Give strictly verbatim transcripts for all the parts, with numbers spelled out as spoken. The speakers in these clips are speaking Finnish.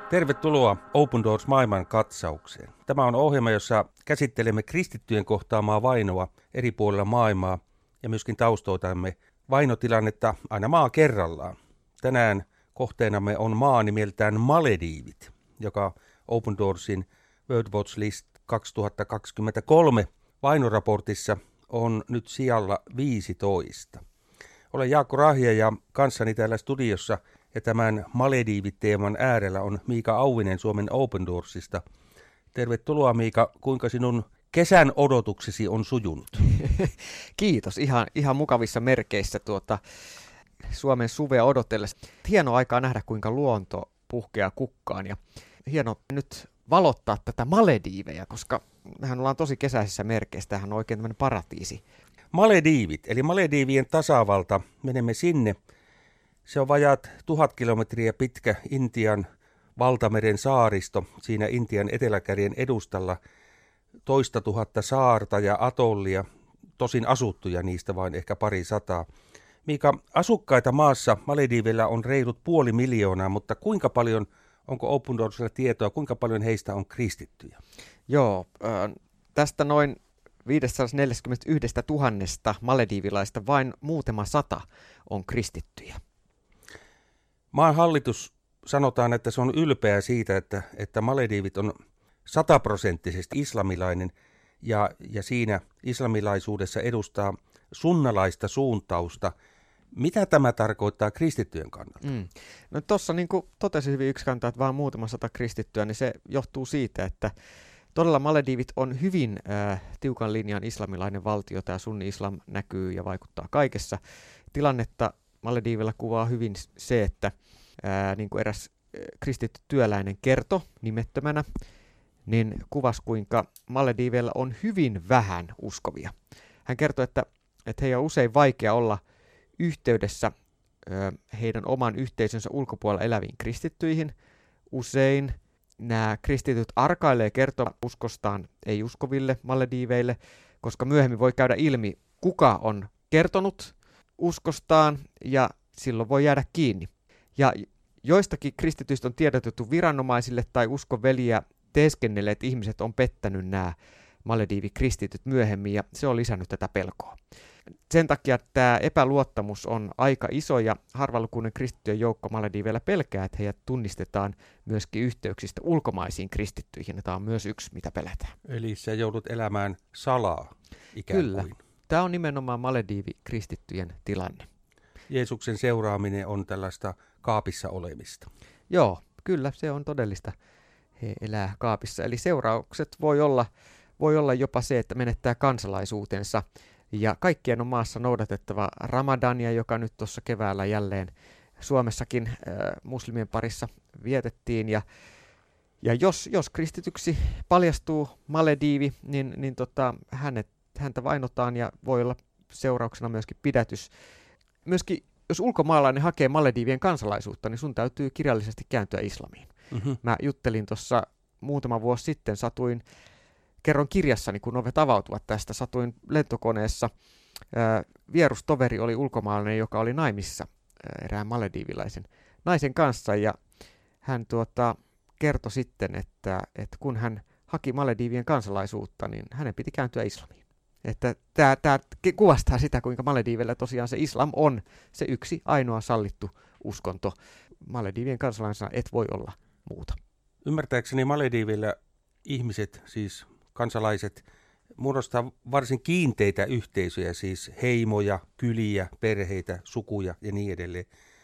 Tervetuloa Open Doors maailman katsaukseen. Tämä on ohjelma, jossa käsittelemme kristittyjen kohtaamaa vainoa eri puolilla maailmaa ja myöskin taustoitamme vainotilannetta aina maa kerrallaan. Tänään kohteenamme on maa nimeltään Malediivit, joka Open Doorsin World Watch List kaksituhattakaksikymmentäkolme vainoraportissa on nyt sijalla viisitoista. Olen Jaakko Rahja ja kanssani täällä studiossa ja tämän Malediivit-teeman äärellä on Miika Auvinen Suomen Open Doorsista. Tervetuloa Miika, kuinka sinun kesän odotuksesi on sujunut? Kiitos, ihan, ihan mukavissa merkeissä tuota Suomen suvea odotellessa. Hieno aikaa nähdä, kuinka luonto puhkeaa kukkaan ja hieno nyt valottaa tätä Malediiveja, koska mehän ollaan tosi kesäisissä merkeissä, tämähän on oikein tämmöinen paratiisi. Malediivit, eli Malediivien tasavalta, menemme sinne. Se on vajaat tuhat kilometriä pitkä Intian valtameren saaristo, siinä Intian eteläkärjen edustalla toista tuhatta saarta ja atollia, tosin asuttuja niistä vain ehkä pari sataa. Miika, asukkaita maassa Malediivillä on reilut puoli miljoonaa, mutta kuinka paljon, onko Open Doorsilla tietoa, kuinka paljon heistä on kristittyjä? Joo, äh, tästä noin viisisataaneljäkymmentäyksituhatta malediivilaista vain muutama sata on kristittyjä. Maan hallitus sanotaan, että se on ylpeä siitä, että, että Malediivit on sataprosenttisesti islamilainen ja, ja siinä islamilaisuudessa edustaa sunnalaista suuntausta. Mitä tämä tarkoittaa kristittyjen kannalta? Mm. No tuossa niin kuin totesin hyvin yksi kantaa, että vain muutama sata kristittyä, niin se johtuu siitä, että todella Malediivit on hyvin äh, tiukan linjan islamilainen valtio. Tämä sunni-islam näkyy ja vaikuttaa kaikessa. Tilannetta Malediivilla kuvaa hyvin se, että ää, niin kuin eräs kristitty työläinen kertoi nimettömänä, niin kuvasi kuinka Malediiveilla on hyvin vähän uskovia. Hän kertoi, että, että heidän on usein vaikea olla yhteydessä ää, heidän oman yhteisönsä ulkopuolella eläviin kristittyihin. Usein nämä kristityt arkailee kertoa uskostaan ei-uskoville Malediiveille, koska myöhemmin voi käydä ilmi, kuka on kertonut uskostaan ja silloin voi jäädä kiinni. Ja joistakin kristityistä on tiedotettu viranomaisille tai uskonveliä teeskennelleet ihmiset on pettänyt nämä Malediivi-kristityt myöhemmin ja se on lisännyt tätä pelkoa. Sen takia tämä epäluottamus on aika iso ja harvalukuinen kristittyjen joukko Malediiveillä pelkää, että heidät tunnistetaan myöskin yhteyksistä ulkomaisiin kristittyihin. Tämä on myös yksi, mitä pelätään. Eli sä joudut elämään salaa ikään Kyllä. kuin. Tämä on nimenomaan Malediivi-kristittyjen tilanne. Jeesuksen seuraaminen on tällaista kaapissa olemista. Joo, kyllä se on todellista. He elää kaapissa. Eli seuraukset voi olla, voi olla jopa se, että menettää kansalaisuutensa. Ja kaikkien on maassa noudatettava Ramadania, joka nyt tuossa keväällä jälleen Suomessakin äh, muslimien parissa vietettiin. Ja, ja jos, jos kristityksi paljastuu Malediivi, niin, niin tota, hänet häntä vainotaan ja voi olla seurauksena myöskin pidätys. Myöskin jos ulkomaalainen hakee Malediivien kansalaisuutta, niin sun täytyy kirjallisesti kääntyä islamiin. Mm-hmm. Mä juttelin tuossa muutama vuosi sitten, satuin, kerron kirjassani, kun ovet avautuvat tästä, satuin lentokoneessa. Ää, vierustoveri oli ulkomaalainen, joka oli naimissa ää, erään malediivilaisen naisen kanssa, ja hän tuota, kertoi sitten, että, että kun hän haki Malediivien kansalaisuutta, niin hänen piti kääntyä islamiin. Että tämä, tämä kuvastaa sitä, kuinka Malediivillä tosiaan se islam on se yksi ainoa sallittu uskonto. Malediivien kansalaisena et voi olla muuta. Ymmärtääkseni Malediivillä ihmiset, siis kansalaiset, muodostaa varsin kiinteitä yhteisöjä, siis heimoja, kyliä, perheitä, sukuja ja niin edelleen.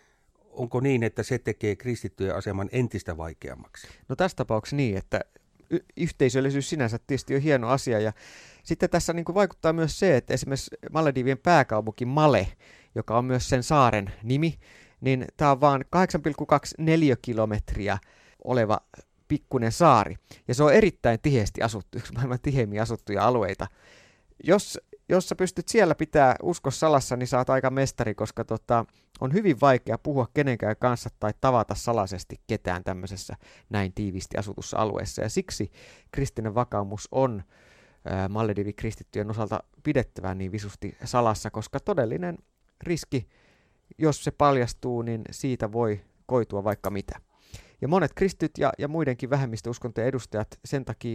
Onko niin, että se tekee kristittyjen aseman entistä vaikeammaksi? No tässä tapauksessa niin, että y- yhteisöllisyys sinänsä tietysti on hieno asia ja sitten tässä niin kuin vaikuttaa myös se, että esimerkiksi Malediivien pääkaupunki Male, joka on myös sen saaren nimi, niin tämä on vain kahdeksan pilkku kaksi neliökilometriä oleva pikkuinen saari. Ja se on erittäin tiheästi asuttu, yksi maailman tiheimmin asuttuja alueita. Jos, jos sä pystyt siellä pitää uskossa salassa, niin saat aika mestari, koska tota, on hyvin vaikea puhua kenenkään kanssa tai tavata salaisesti ketään tämmöisessä näin tiiviisti asutussa alueessa. Ja siksi kristinen vakaumus on Malediivi-kristittyjen osalta pidettävä niin visusti salassa, koska todellinen riski, jos se paljastuu, niin siitä voi koitua vaikka mitä. Ja monet kristityt ja, ja muidenkin vähemmistöuskontojen edustajat sen takia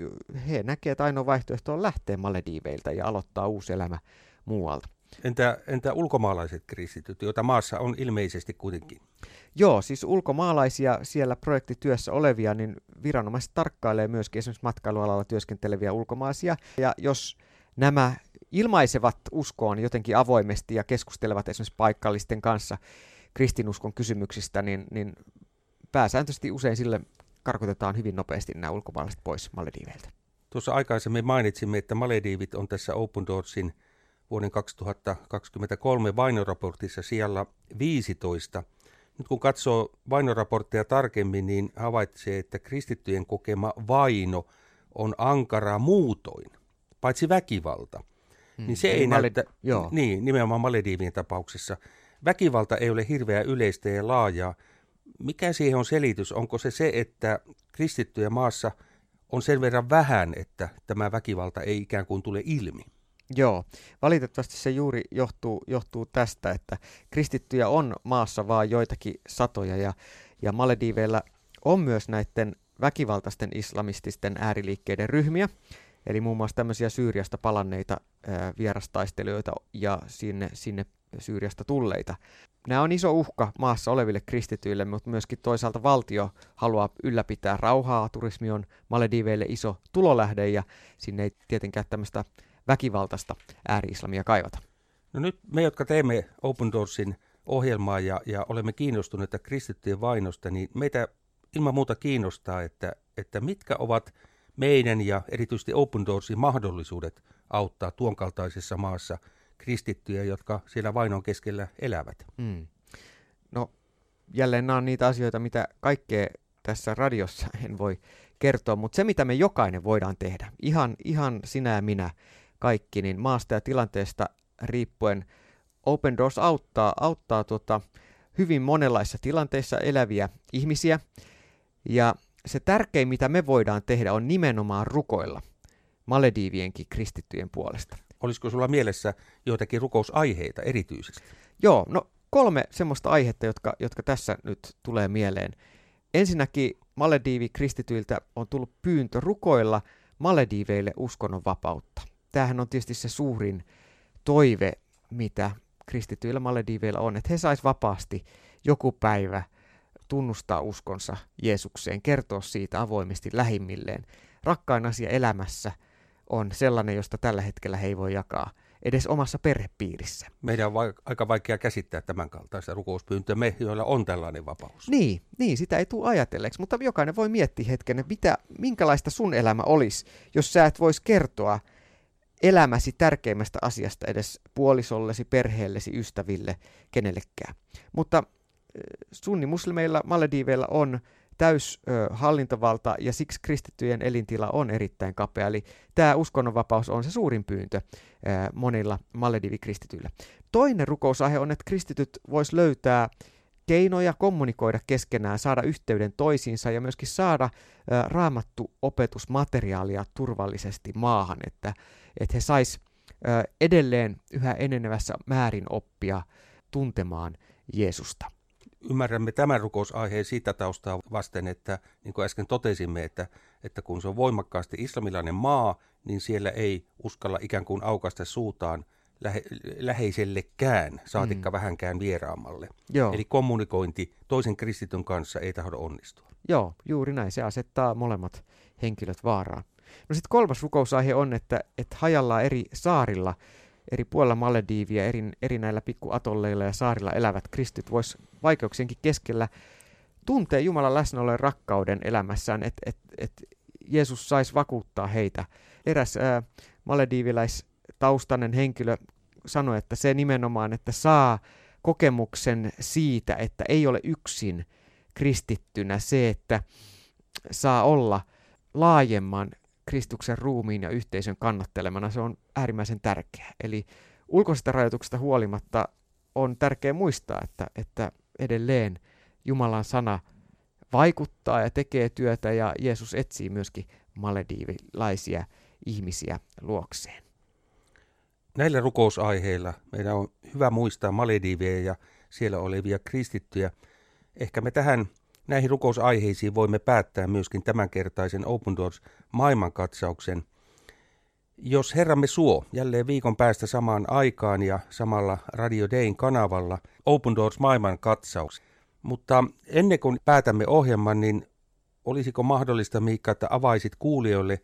he näkevät, että ainoa vaihtoehto on lähteä Malediiveiltä ja aloittaa uusi elämä muualta. Entä, entä ulkomaalaiset kristityt, joita maassa on ilmeisesti kuitenkin? Joo, siis ulkomaalaisia siellä projektityössä olevia, niin viranomaiset tarkkailee myöskin esimerkiksi matkailualalla työskenteleviä ulkomaalaisia. Ja jos nämä ilmaisevat uskoon jotenkin avoimesti ja keskustelevat esimerkiksi paikallisten kanssa kristinuskon kysymyksistä, niin, niin pääsääntöisesti usein sille karkotetaan hyvin nopeasti nämä ulkomaalaiset pois Malediiveiltä. Tuossa aikaisemmin mainitsimme, että Malediivit on tässä Open Doorsin vuoden kaksituhattakaksikymmentäkolme vainoraportissa sijalla viisitoista. Nyt kun katsoo vainoraportteja tarkemmin, niin havaitsee, että kristittyjen kokema vaino on ankara muutoin, paitsi väkivalta. Hmm. Niin se ei Maled- näytä, joo. Niin, nimenomaan Malediivien tapauksessa. Väkivalta ei ole hirveän yleistä ja laajaa. Mikä siihen on selitys? Onko se se, että kristittyjä maassa on sen verran vähän, että tämä väkivalta ei ikään kuin tule ilmi? Joo, valitettavasti se juuri johtuu, johtuu tästä, että kristittyjä on maassa vain joitakin satoja ja, ja Malediiveillä on myös näiden väkivaltaisten islamististen ääriliikkeiden ryhmiä, eli muun muassa tämmöisiä Syyriasta palanneita ää, vierastaistelijoita ja sinne, sinne Syyriasta tulleita. Nämä on iso uhka maassa oleville kristityille, mutta myöskin toisaalta valtio haluaa ylläpitää rauhaa. Turismi on Malediiveille iso tulolähde ja sinne ei tietenkään tämmöistä väkivaltaista ääri-islamia kaivata. No nyt me, jotka teemme Open Doorsin ohjelmaa ja, ja olemme kiinnostuneita kristittyjen vainosta, niin meitä ilman muuta kiinnostaa, että, että mitkä ovat meidän ja erityisesti Open Doorsin mahdollisuudet auttaa tuon kaltaisessa maassa kristittyjä, jotka siellä vainon keskellä elävät. Mm. No jälleen nämä on niitä asioita, mitä kaikkea tässä radiossa en voi kertoa, mutta se mitä me jokainen voidaan tehdä, ihan, ihan sinä ja minä kaikki, niin maasta ja tilanteesta riippuen Open Doors auttaa, auttaa tuota, hyvin monenlaisissa tilanteissa eläviä ihmisiä. Ja se tärkein, mitä me voidaan tehdä, on nimenomaan rukoilla Malediivienkin kristittyjen puolesta. Olisiko sulla mielessä joitakin rukousaiheita erityisesti? Joo, no kolme semmoista aihetta, jotka, jotka tässä nyt tulee mieleen. Ensinnäkin Malediivi-kristityiltä on tullut pyyntö rukoilla Malediiveille uskonnon vapautta. Tämähän on tietysti se suurin toive, mitä kristityillä Malediiveilla on, että he sais vapaasti joku päivä tunnustaa uskonsa Jeesukseen, kertoa siitä avoimesti lähimmilleen. Rakkain asia elämässä on sellainen, josta tällä hetkellä he ei voi jakaa edes omassa perhepiirissä. Meidän on va- aika vaikea käsittää tämän kaltaista rukouspyyntöä, me, joilla on tällainen vapaus. Niin, niin, sitä ei tule ajatelleeksi, mutta jokainen voi miettiä hetken, että mitä, minkälaista sun elämä olisi, jos sä et vois kertoa elämäsi tärkeimmästä asiasta edes puolisollesi, perheellesi, ystäville, kenellekään. Mutta sunnimuslimeilla Malediiveilla on täys ö, hallintovalta ja siksi kristittyjen elintila on erittäin kapea. Eli tämä uskonnonvapaus on se suurin pyyntö ö, monilla Malediivikristityillä. Toinen rukousaihe on, että kristityt vois löytää keinoja kommunikoida keskenään, saada yhteyden toisiinsa ja myöskin saada ö, raamattu opetusmateriaalia turvallisesti maahan, että, että he sais ö, edelleen yhä enenevässä määrin oppia tuntemaan Jeesusta. Ymmärrämme tämän rukousaiheen siitä taustaa vasten, että niin kuin äsken totesimme, että, että kun se on voimakkaasti islamilainen maa, niin siellä ei uskalla ikään kuin aukaista suutaan lähe, läheisellekään, saatikka mm. vähänkään vieraammalle. Joo. Eli kommunikointi toisen kristityn kanssa ei tahdo onnistua. Joo, juuri näin. Se asettaa molemmat henkilöt vaaraan. No sitten kolmas rukousaihe on, että, että hajallaan eri saarilla, eri puolilla Malediivia, eri, eri näillä pikkuatolleilla ja saarilla elävät kristityt vois vaikeuksienkin keskellä tuntea Jumalan läsnäolon ja rakkauden elämässään, että et, et Jeesus saisi vakuuttaa heitä. Eräs ää, malediiviläistaustainen henkilö sanoi, että se nimenomaan, että saa kokemuksen siitä, että ei ole yksin kristittynä, se, että saa olla laajemman Kristuksen ruumiin ja yhteisön kannattelemana, se on äärimmäisen tärkeää. Eli ulkoisesta rajoituksesta huolimatta on tärkeää muistaa, että, että edelleen Jumalan sana vaikuttaa ja tekee työtä ja Jeesus etsii myöskin malediivilaisia ihmisiä luokseen. Näillä rukousaiheilla meidän on hyvä muistaa Malediivejä ja siellä olevia kristittyjä. Ehkä me tähän Näihin rukousaiheisiin voimme päättää myöskin tämänkertaisen Open Doors maailmankatsauksen. Jos Herramme suo, jälleen viikon päästä samaan aikaan ja samalla Radio Dayn kanavalla Open Doors maailmankatsaus. Mutta ennen kuin päätämme ohjelman, niin olisiko mahdollista, Miikka, että avaisit kuulijoille,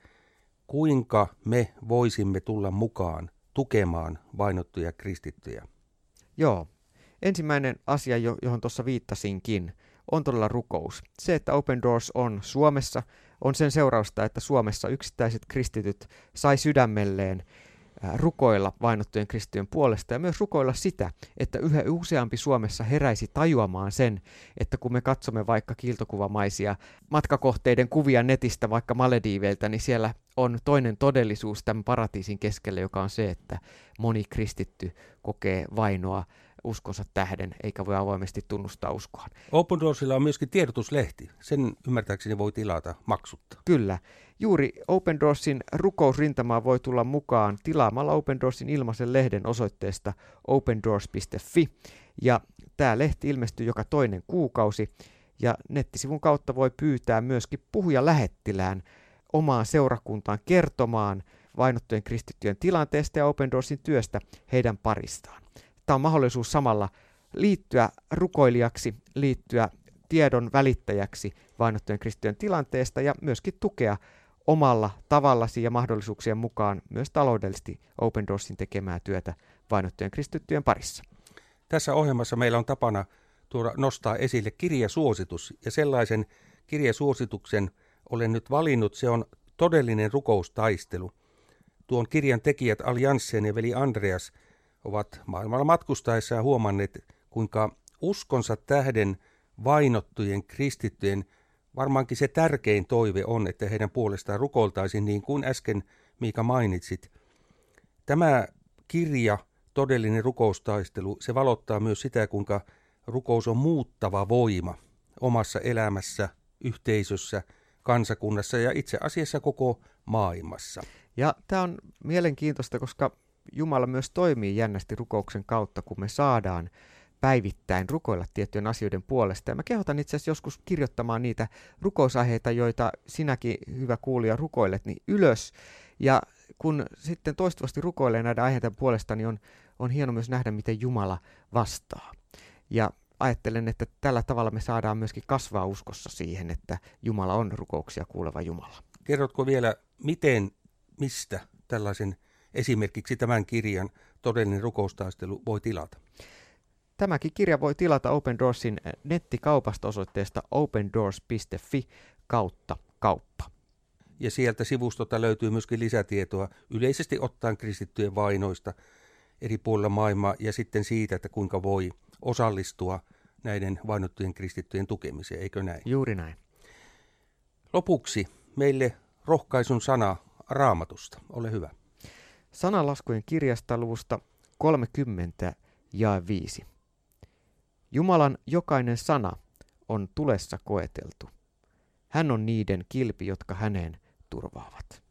kuinka me voisimme tulla mukaan tukemaan vainottuja kristittyjä? Joo. Ensimmäinen asia, johon tuossa viittasinkin, on todella rukous. Se, että Open Doors on Suomessa, on sen seurausta, että Suomessa yksittäiset kristityt sai sydämelleen rukoilla vainottujen kristittyjen puolesta ja myös rukoilla sitä, että yhä useampi Suomessa heräisi tajuamaan sen, että kun me katsomme vaikka kiiltokuvamaisia matkakohteiden kuvia netistä, vaikka Malediiveiltä, niin siellä on toinen todellisuus tämän paratiisin keskellä, joka on se, että moni kristitty kokee vainoa uskonsa tähden, eikä voi avoimesti tunnustaa uskoaan. Open Doorsilla on myöskin tiedotuslehti. Sen ymmärtääkseni voi tilata maksutta. Kyllä. Juuri Open Doorsin rukousrintamaa voi tulla mukaan tilaamalla Open Doorsin ilmaisen lehden osoitteesta open doors piste fi. Ja tämä lehti ilmestyy joka toinen kuukausi. Ja nettisivun kautta voi pyytää myöskin puhujalähettilään omaan seurakuntaan kertomaan vainottujen kristittyjen tilanteesta ja Open Doorsin työstä heidän paristaan. Tämä on mahdollisuus samalla liittyä rukoilijaksi, liittyä tiedon välittäjäksi vainottujen kristittyjen tilanteesta ja myöskin tukea omalla tavallasi ja mahdollisuuksien mukaan myös taloudellisesti Open Doorsin tekemää työtä vainottujen kristittyjen parissa. Tässä ohjelmassa meillä on tapana tuoda, nostaa esille kirjasuositus, ja sellaisen kirjasuosituksen olen nyt valinnut. Se on Todellinen rukoustaistelu. Tuon kirjan tekijät Allianssen ja veli Andreas ovat maailmalla matkustaessaan huomanneet, kuinka uskonsa tähden vainottujen kristittyjen varmaankin se tärkein toive on, että heidän puolestaan rukoiltaisiin, niin kuin äsken Miika mainitsit. Tämä kirja, Todellinen rukoustaistelu, se valottaa myös sitä, kuinka rukous on muuttava voima omassa elämässä, yhteisössä, kansakunnassa ja itse asiassa koko maailmassa. Ja tämä on mielenkiintoista, koska Jumala myös toimii jännästi rukouksen kautta, kun me saadaan päivittäin rukoilla tiettyjen asioiden puolesta. Ja mä kehotan itse asiassa joskus kirjoittamaan niitä rukousaiheita, joita sinäkin, hyvä kuulija, rukoilet, niin ylös. Ja kun sitten toistuvasti rukoilee näiden aiheiden puolesta, niin on, on hieno myös nähdä, miten Jumala vastaa. Ja ajattelen, että tällä tavalla me saadaan myöskin kasvaa uskossa siihen, että Jumala on rukouksia kuuleva Jumala. Kerrotko vielä, miten, mistä tällaisen esimerkiksi tämän kirjan Todellinen rukoustaistelu voi tilata? Tämäkin kirja voi tilata Open Doorsin nettikaupasta osoitteesta open doors piste fi kautta kauppa. Ja sieltä sivustolta löytyy myöskin lisätietoa yleisesti ottaen kristittyjen vainoista eri puolilla maailmaa ja sitten siitä, että kuinka voi osallistua näiden vainottujen kristittyjen tukemiseen, eikö näin? Juuri näin. Lopuksi meille rohkaisun sana Raamatusta. Ole hyvä. Sanalaskujen kirjasta luvusta kolmekymmentä jae viisi. Jumalan jokainen sana on tulessa koeteltu. Hän on niiden kilpi, jotka häneen turvaavat.